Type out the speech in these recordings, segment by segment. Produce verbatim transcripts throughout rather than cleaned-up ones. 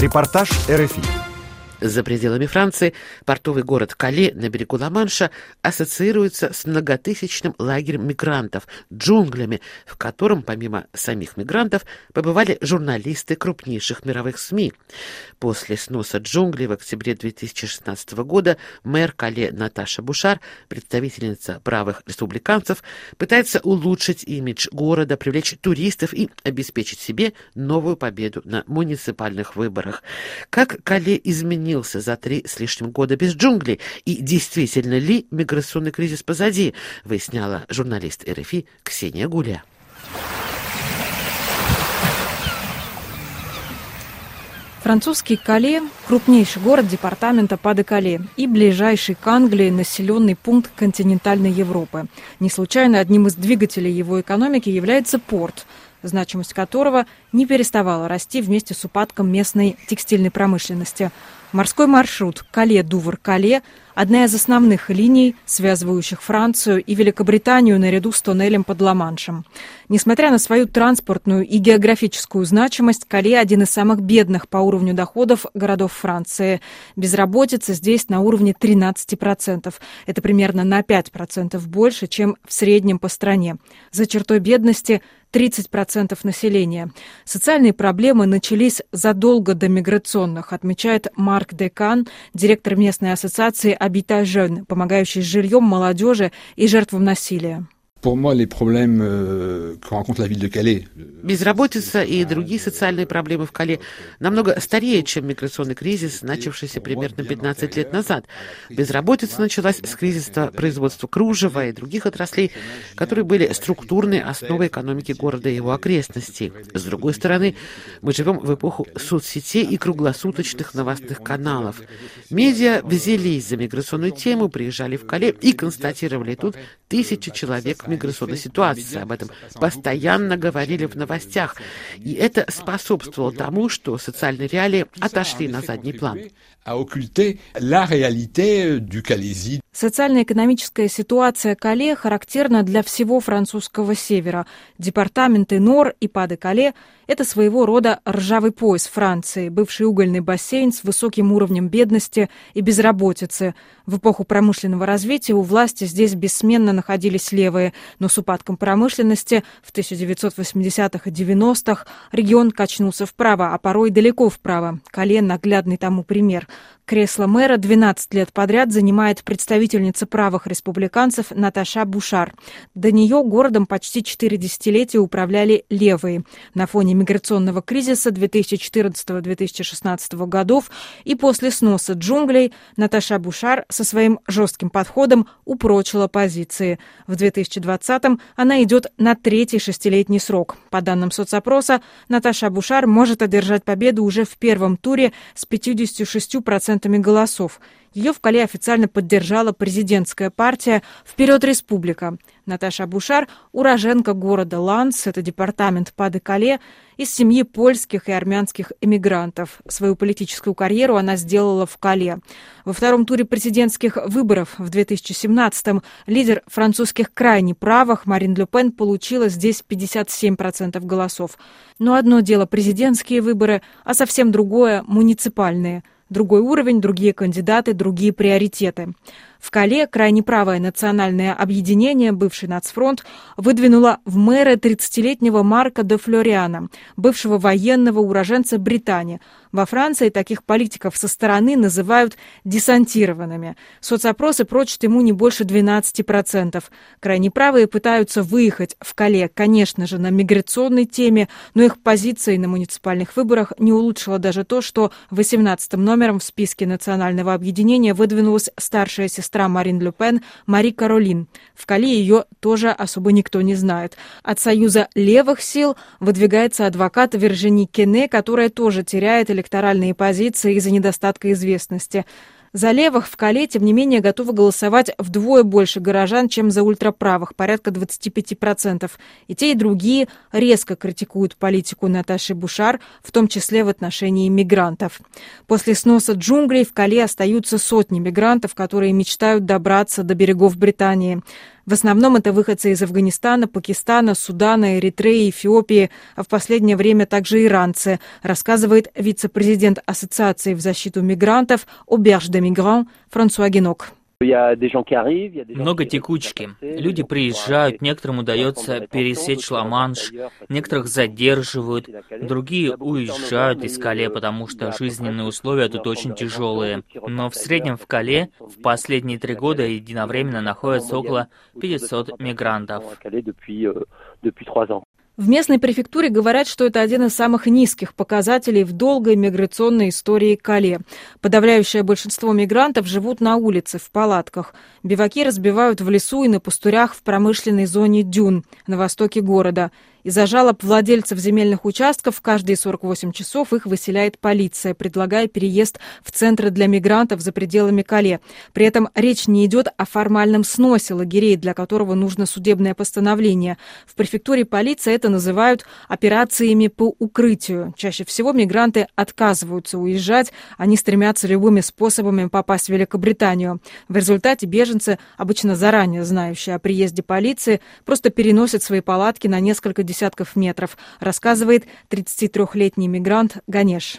Репортаж эр эф и. За пределами Франции портовый город Кале на берегу Ла-Манша ассоциируется с многотысячным лагерем мигрантов, джунглями, в котором, помимо самих мигрантов, побывали журналисты крупнейших мировых СМИ. После сноса джунглей в октябре две тысячи шестнадцатого года мэр Кале Наташа Бушар, представительница правых республиканцев, пытается улучшить имидж города, привлечь туристов и обеспечить себе новую победу на муниципальных выборах. Как Кале изменил за три с лишним года без джунглей, и действительно ли миграционный кризис позади, выясняла журналист эр эф и Ксения Гуля. Французский Кале – крупнейший город департамента Па-де-Кале и ближайший к Англии населенный пункт континентальной Европы. Не случайно одним из двигателей его экономики является порт, значимость которого не переставала расти вместе с упадком местной текстильной промышленности. Морской маршрут Кале-Дувр-Кале – одна из основных линий, связывающих Францию и Великобританию наряду с туннелем под Ла-Маншем. Несмотря на свою транспортную и географическую значимость, Кале – один из самых бедных по уровню доходов городов Франции. Безработица здесь на уровне тринадцать процентов. Это примерно на пять процентов больше, чем в среднем по стране. За чертой бедности тридцать процентов населения. Социальные проблемы начались задолго до миграционных, отмечает Марк Декан, директор местной ассоциации «Habitat Jeune», помогающей с жильем молодежи и жертвам насилия. Безработица и другие социальные проблемы в Кале намного старее, чем миграционный кризис, начавшийся примерно пятнадцать лет назад. Безработица началась с кризиса производства кружева и других отраслей, которые были структурной основой экономики города и его окрестностей. С другой стороны, мы живем в эпоху соцсетей и круглосуточных новостных каналов. Медиа взялись за миграционную тему, приезжали в Кале и констатировали тут тысячи человек в миграционной ситуации. Об этом постоянно говорили в новостях. И это способствовало тому, что социальные реалии отошли на задний план. Социально-экономическая ситуация Кале характерна для всего французского севера. Департаменты Нор и Па-де-Кале – это своего рода ржавый пояс Франции, бывший угольный бассейн с высоким уровнем бедности и безработицы. В эпоху промышленного развития у власти здесь бессменно находились левые, но с упадком промышленности в тысяча девятьсот восьмидесятых и девяностых регион качнулся вправо, а порой далеко вправо. Кале – наглядный тому пример. Кресло мэра двенадцать лет подряд занимает представительница правых республиканцев Наташа Бушар. До нее городом почти четыре десятилетия управляли левые. На фоне миграционного кризиса две тысячи четырнадцатого — две тысячи шестнадцатого годов и после сноса джунглей Наташа Бушар со своим жестким подходом упрочила позиции. В две тысячи двадцатом она идет на третий шестилетний срок. По данным соцопроса, Наташа Бушар может одержать победу уже в первом туре с пятьюдесятью шестью процентами голосов. Ее в Кале официально поддержала президентская партия «Вперед, Республика». Наташа Бушар – уроженка города Ланс, это департамент Па-де-Кале, из семьи польских и армянских эмигрантов. Свою политическую карьеру она сделала в Кале. Во втором туре президентских выборов в две тысячи семнадцатом лидер французских крайне правых Марин Ле Пен получила здесь пятьдесят семь процентов голосов. Но одно дело президентские выборы, а совсем другое – муниципальные. Другой уровень, другие кандидаты, другие приоритеты. В Кале крайне правое национальное объединение, бывший Нацфронт, выдвинуло в мэры тридцатилетнего Марка де Флориана, бывшего военного уроженца Британии. Во Франции таких политиков со стороны называют десантированными. Соцопросы прочат ему не больше двенадцати процентов. Крайне правые пытаются выехать в Кале, конечно же, на миграционной теме, но их позиции на муниципальных выборах не улучшило даже то, что восемнадцатым номером в списке национального объединения выдвинулась старшая сестра Марин Ле Пен Мари Каролин. В Кале ее тоже особо никто не знает. От союза левых сил выдвигается адвокат Виржини Кене, которая тоже теряет электоральные позиции из-за недостатка известности. За левых в Кале, тем не менее, готовы голосовать вдвое больше горожан, чем за ультраправых, порядка двадцать пять процентов. И те, и другие резко критикуют политику Наташи Бушар, в том числе в отношении мигрантов. После сноса джунглей в Кале остаются сотни мигрантов, которые мечтают добраться до берегов Британии. В основном это выходцы из Афганистана, Пакистана, Судана, Эритреи, Эфиопии, а в последнее время также иранцы, рассказывает вице-президент Ассоциации в защиту мигрантов «Auberge des Migrants» Франсуа Генок. Много текучки. Люди приезжают, некоторым удается пересечь Ла-Манш, некоторых задерживают, другие уезжают из Кале, потому что жизненные условия тут очень тяжелые. Но в среднем в Кале в последние три года единовременно находятся около пятисот мигрантов. В местной префектуре говорят, что это один из самых низких показателей в долгой миграционной истории Кале. Подавляющее большинство мигрантов живут на улице, в палатках. Биваки разбивают в лесу и на пустырях в промышленной зоне Дюн, на востоке города. Из-за жалоб владельцев земельных участков каждые сорок восемь часов их выселяет полиция, предлагая переезд в центры для мигрантов за пределами Кале. При этом речь не идет о формальном сносе лагерей, для которого нужно судебное постановление. В префектуре полиции это называют операциями по укрытию. Чаще всего мигранты отказываются уезжать, они стремятся любыми способами попасть в Великобританию. В результате беженцы, обычно заранее знающие о приезде полиции, просто переносят свои палатки на несколько десятков десятков метров, рассказывает тридцатитрёхлетний мигрант Ганеш.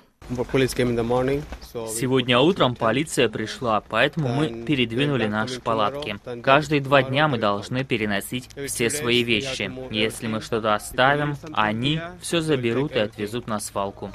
Сегодня утром полиция пришла, поэтому мы передвинули наши палатки. Каждые два дня мы должны переносить все свои вещи. Если мы что-то оставим, они все заберут и отвезут на свалку.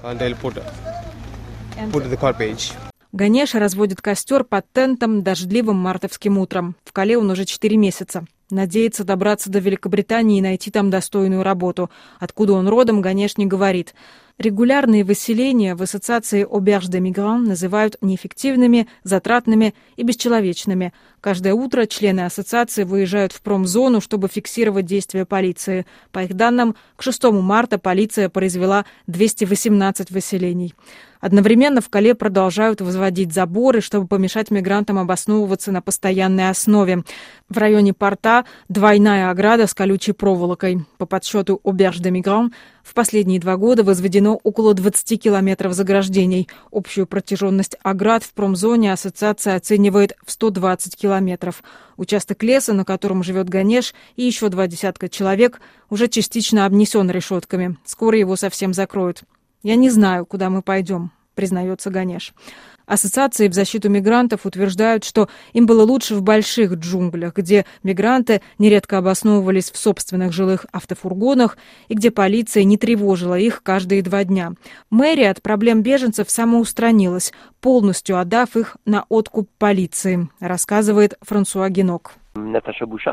Ганеш разводит костер под тентом дождливым мартовским утром. В Кале он уже четыре месяца. Надеется добраться до Великобритании и найти там достойную работу. Откуда он родом, Ганеш не говорит. Регулярные выселения в ассоциации «Auberge des Migrants» называют неэффективными, затратными и бесчеловечными. Каждое утро члены ассоциации выезжают в промзону, чтобы фиксировать действия полиции. По их данным, к шестому марта полиция произвела двести восемнадцать выселений. Одновременно в Кале продолжают возводить заборы, чтобы помешать мигрантам обосновываться на постоянной основе. В районе порта двойная ограда с колючей проволокой. По подсчету «Auberge des Migrants» в последние два года возведено около двадцати километров заграждений. Общую протяженность оград в промзоне ассоциация оценивает в сто двадцать километров. Участок леса, на котором живет Ганеш, и еще два десятка человек, уже частично обнесен решетками. Скоро его совсем закроют. «Я не знаю, куда мы пойдем», признается Ганеш. Ассоциации в защиту мигрантов утверждают, что им было лучше в больших джунглях, где мигранты нередко обосновывались в собственных жилых автофургонах и где полиция не тревожила их каждые два дня. Мэрия от проблем беженцев самоустранилась, полностью отдав их на откуп полиции, рассказывает Франсуа Генок. Наташа Бушар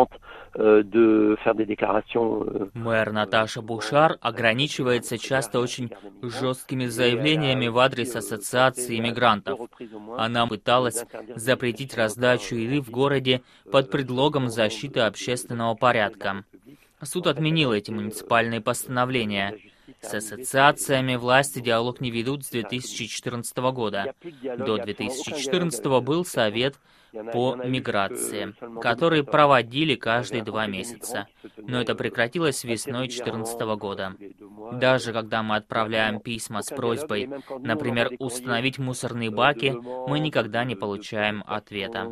Мэр Наташа Бушар ограничивается часто очень жесткими заявлениями в адрес ассоциации иммигрантов. Она пыталась запретить раздачу еды в городе под предлогом защиты общественного порядка. Суд отменил эти муниципальные постановления. С ассоциациями власти диалог не ведут с две тысячи четырнадцатого года. До две тысячи четырнадцатого был совет по миграции, который проводили каждые два месяца. Но это прекратилось весной две тысячи четырнадцатого года. Даже когда мы отправляем письма с просьбой, например, установить мусорные баки, мы никогда не получаем ответа.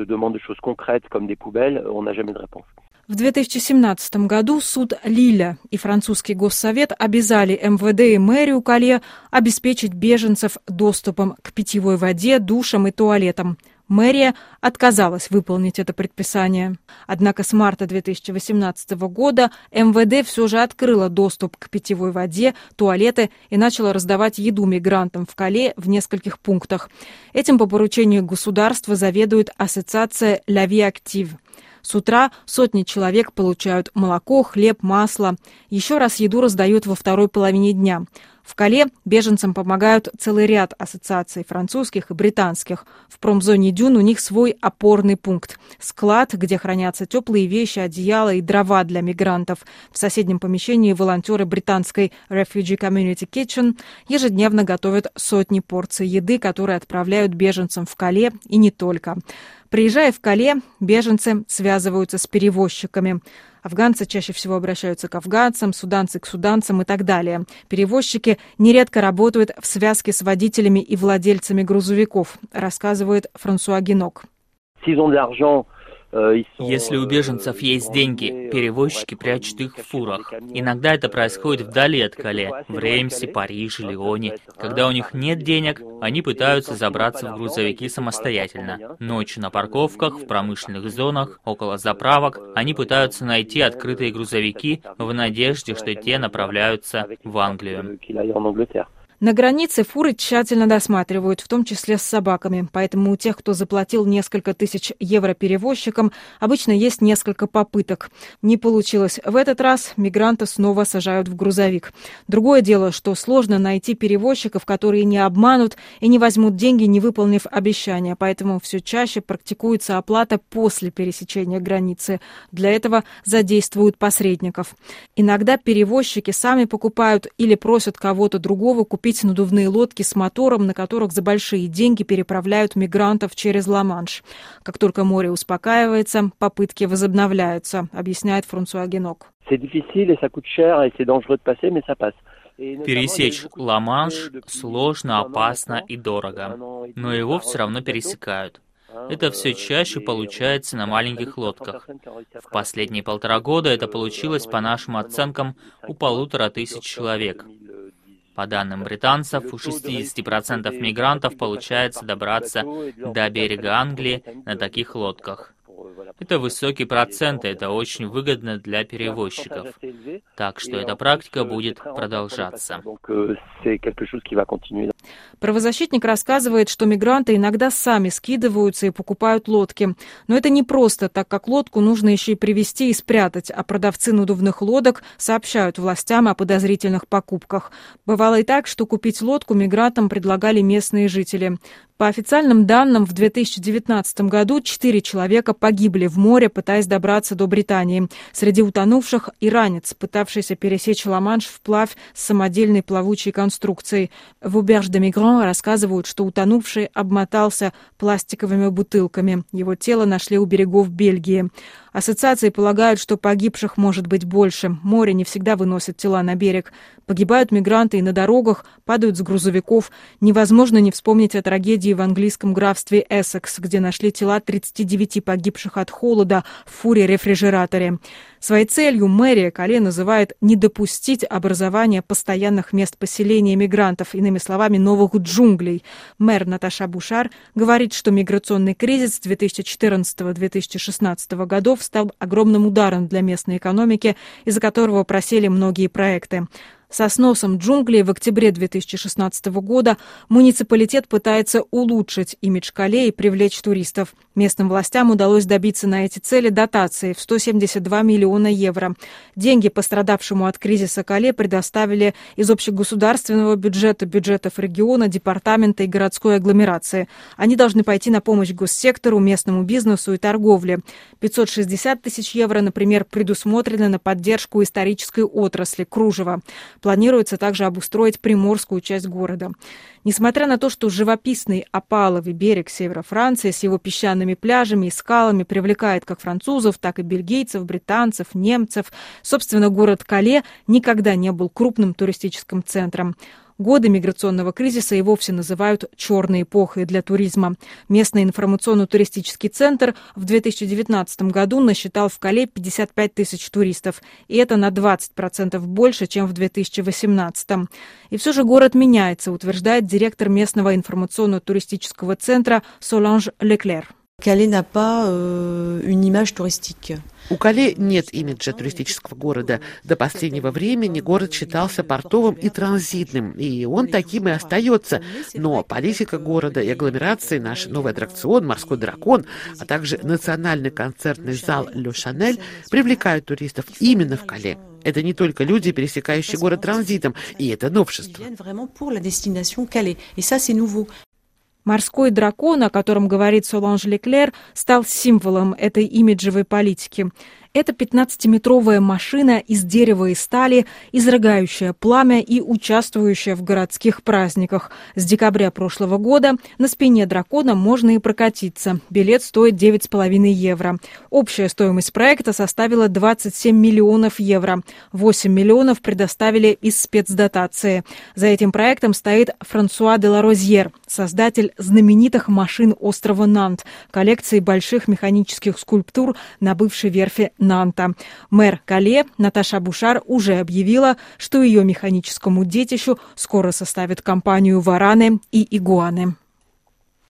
В две тысячи семнадцатом году суд Лиля и французский госсовет обязали эм вэ дэ и мэрию Кале обеспечить беженцев доступом к питьевой воде, душам и туалетам. Мэрия отказалась выполнить это предписание. Однако с марта две тысячи восемнадцатого года эм вэ дэ все же открыла доступ к питьевой воде, туалеты и начала раздавать еду мигрантам в Кале в нескольких пунктах. Этим по поручению государства заведует ассоциация «La Vie Active». С утра сотни человек получают молоко, хлеб, масло. Еще раз еду раздают во второй половине дня. В Кале беженцам помогают целый ряд ассоциаций французских и британских. В промзоне Дюн у них свой опорный пункт. Склад, где хранятся теплые вещи, одеяла и дрова для мигрантов. В соседнем помещении волонтеры британской Refugee Community Kitchen ежедневно готовят сотни порций еды, которые отправляют беженцам в Кале и не только. Приезжая в Кале, беженцы связываются с перевозчиками. Афганцы чаще всего обращаются к афганцам, суданцы к суданцам и так далее. Перевозчики нередко работают в связке с водителями и владельцами грузовиков, рассказывает Франсуа Генок. Если у беженцев есть деньги, перевозчики прячут их в фурах. Иногда это происходит вдали от Кале, в Реймсе, Париже, Лионе. Когда у них нет денег, они пытаются забраться в грузовики самостоятельно. Ночью на парковках, в промышленных зонах, около заправок они пытаются найти открытые грузовики в надежде, что те направляются в Англию. На границе фуры тщательно досматривают, в том числе с собаками. Поэтому у тех, кто заплатил несколько тысяч евро перевозчикам, обычно есть несколько попыток. Не получилось в этот раз, мигранта снова сажают в грузовик. Другое дело, что сложно найти перевозчиков, которые не обманут и не возьмут деньги, не выполнив обещания. Поэтому все чаще практикуется оплата после пересечения границы. Для этого задействуют посредников. Иногда перевозчики сами покупают или просят кого-то другого купить надувные лодки с мотором, на которых за большие деньги переправляют мигрантов через Ла-Манш. Как только море успокаивается, попытки возобновляются, объясняет Франсуа Генок. Пересечь Ла-Манш сложно, опасно и дорого, но его все равно пересекают. Это все чаще получается на маленьких лодках. В последние полтора года это получилось, по нашим оценкам, у полутора тысяч человек. По данным британцев, у шестьдесят процентов мигрантов получается добраться до берега Англии на таких лодках. Это высокий процент, и это очень выгодно для перевозчиков. Так что эта практика будет продолжаться. Правозащитник рассказывает, что мигранты иногда сами скидываются и покупают лодки. Но это не просто, так как лодку нужно еще и привезти и спрятать, а продавцы надувных лодок сообщают властям о подозрительных покупках. Бывало и так, что купить лодку мигрантам предлагали местные жители. По официальным данным, в две тысячи девятнадцатом году четыре человека погибли в море, пытаясь добраться до Британии. Среди утонувших иранец, пытавшийся пересечь Ла-Манш вплавь с самодельной плавучей конструкцией. В Auberge de Migrants рассказывают, что утонувший обмотался пластиковыми бутылками. Его тело нашли у берегов Бельгии. Ассоциации полагают, что погибших может быть больше. Море не всегда выносит тела на берег. Погибают мигранты и на дорогах, падают с грузовиков. Невозможно не вспомнить о трагедии в английском графстве Эссекс, где нашли тела тридцати девяти погибших от холода в фуре-рефрижераторе. Своей целью мэрия Кале называет не допустить образования постоянных мест поселения мигрантов, иными словами, новых джунглей. Мэр Наташа Бушар говорит, что миграционный кризис две тысячи четырнадцатого — две тысячи шестнадцатого годов стал огромным ударом для местной экономики, из-за которого просели многие проекты. Со сносом джунглей в октябре две тысячи шестнадцатого года муниципалитет пытается улучшить имидж Кале и привлечь туристов. Местным властям удалось добиться на эти цели дотации в сто семьдесят два миллиона евро. Деньги пострадавшему от кризиса Кале предоставили из общегосударственного бюджета, бюджетов региона, департамента и городской агломерации. Они должны пойти на помощь госсектору, местному бизнесу и торговле. пятьсот шестьдесят тысяч евро, например, предусмотрены на поддержку исторической отрасли кружева. Планируется также обустроить приморскую часть города. Несмотря на то, что живописный опаловый берег севера Франции с его песчаными пляжами и скалами привлекает как французов, так и бельгийцев, британцев, немцев, собственно, город Кале никогда не был крупным туристическим центром. Годы миграционного кризиса и вовсе называют «черной эпохой» для туризма. Местный информационно-туристический центр в две тысячи девятнадцатом году насчитал в Кале пятьдесят пять тысяч туристов, и это на двадцать процентов больше, чем в две тысячи восемнадцатом. И все же город меняется, утверждает директор местного информационно-туристического центра Соланж Леклер. Кале n'a pas euh, une image touristique. У Кале нет имиджа туристического города. До последнего времени город считался портовым и транзитным, и он таким и остается. Но политика города и агломерации, наш новый аттракцион «Морской дракон», а также национальный концертный зал «Ле Шанель» привлекают туристов именно в Кале. Это не только люди, пересекающие город транзитом, и это новшество. Морской дракон, о котором говорит Соланж Леклер, стал символом этой имиджевой политики. Это пятнадцатиметровая машина из дерева и стали, изрыгающая пламя и участвующая в городских праздниках. С декабря прошлого года на спине дракона можно и прокатиться. Билет стоит девять с половиной евро. Общая стоимость проекта составила двадцать семь миллионов евро. восемь миллионов предоставили из спецдотации. За этим проектом стоит Франсуа де ла Розьер, создатель знаменитых машин острова Нант, коллекции больших механических скульптур на бывшей верфи Нанта. Мэр Кале Наташа Бушар уже объявила, что ее механическому детищу скоро составят компанию вараны и игуаны.